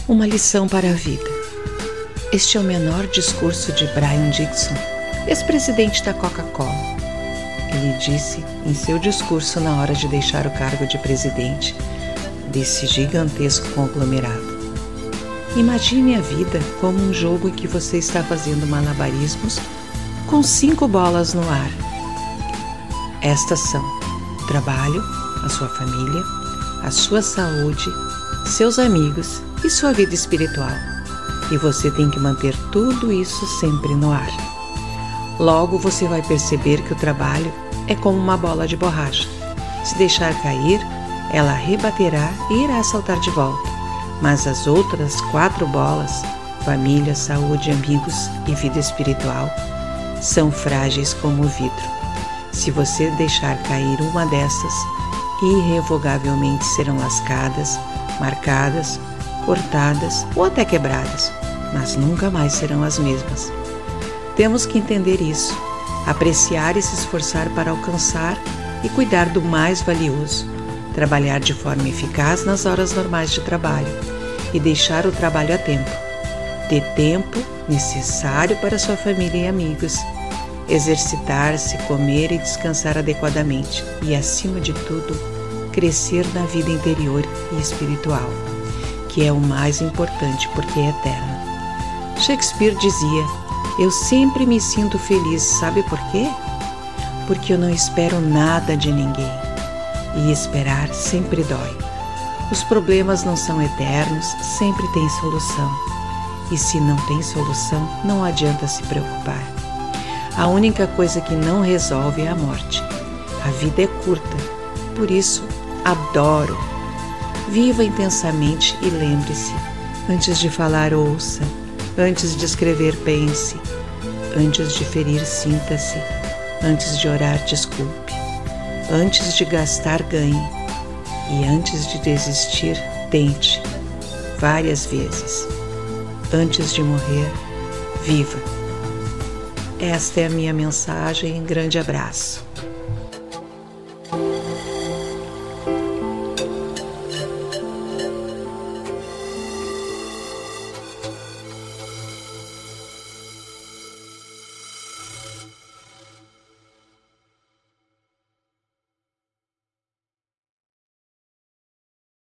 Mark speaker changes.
Speaker 1: Uma lição para a vida. Este é o menor discurso de Brian Dixon, ex-presidente da Coca-Cola. Ele disse em seu discurso na hora de deixar o cargo de presidente desse gigantesco conglomerado: imagine a vida como um jogo em que você está fazendo malabarismos com 5 bolas no ar. Estas são o trabalho, a sua família, a sua saúde, seus amigos e sua vida espiritual. E você tem que manter tudo isso sempre no ar. Logo você vai perceber que o trabalho é como uma bola de borracha. Se deixar cair, ela rebaterá e irá saltar de volta. Mas as outras 4 bolas, família, saúde, amigos e vida espiritual, são frágeis como o vidro. Se você deixar cair uma dessas, irrevogavelmente serão lascadas, marcadas, cortadas ou até quebradas, mas nunca mais serão as mesmas. Temos que entender isso, apreciar e se esforçar para alcançar e cuidar do mais valioso, trabalhar de forma eficaz nas horas normais de trabalho e deixar o trabalho a tempo, ter tempo necessário para sua família e amigos, exercitar-se, comer e descansar adequadamente e, acima de tudo, crescer na vida interior e espiritual, que é o mais importante porque é eterno. Shakespeare dizia: eu sempre me sinto feliz, sabe por quê? Porque eu não espero nada de ninguém. E esperar sempre dói. Os problemas não são eternos, sempre tem solução. E se não tem solução, não adianta se preocupar. A única coisa que não resolve é a morte. A vida é curta, por isso, adoro. Viva intensamente e lembre-se: antes de falar, ouça. Antes de escrever, pense. Antes de ferir, sinta-se. Antes de orar, desculpe. Antes de gastar, ganhe. E antes de desistir, tente. Várias vezes. Antes de morrer, viva. Esta é a minha mensagem. Grande abraço.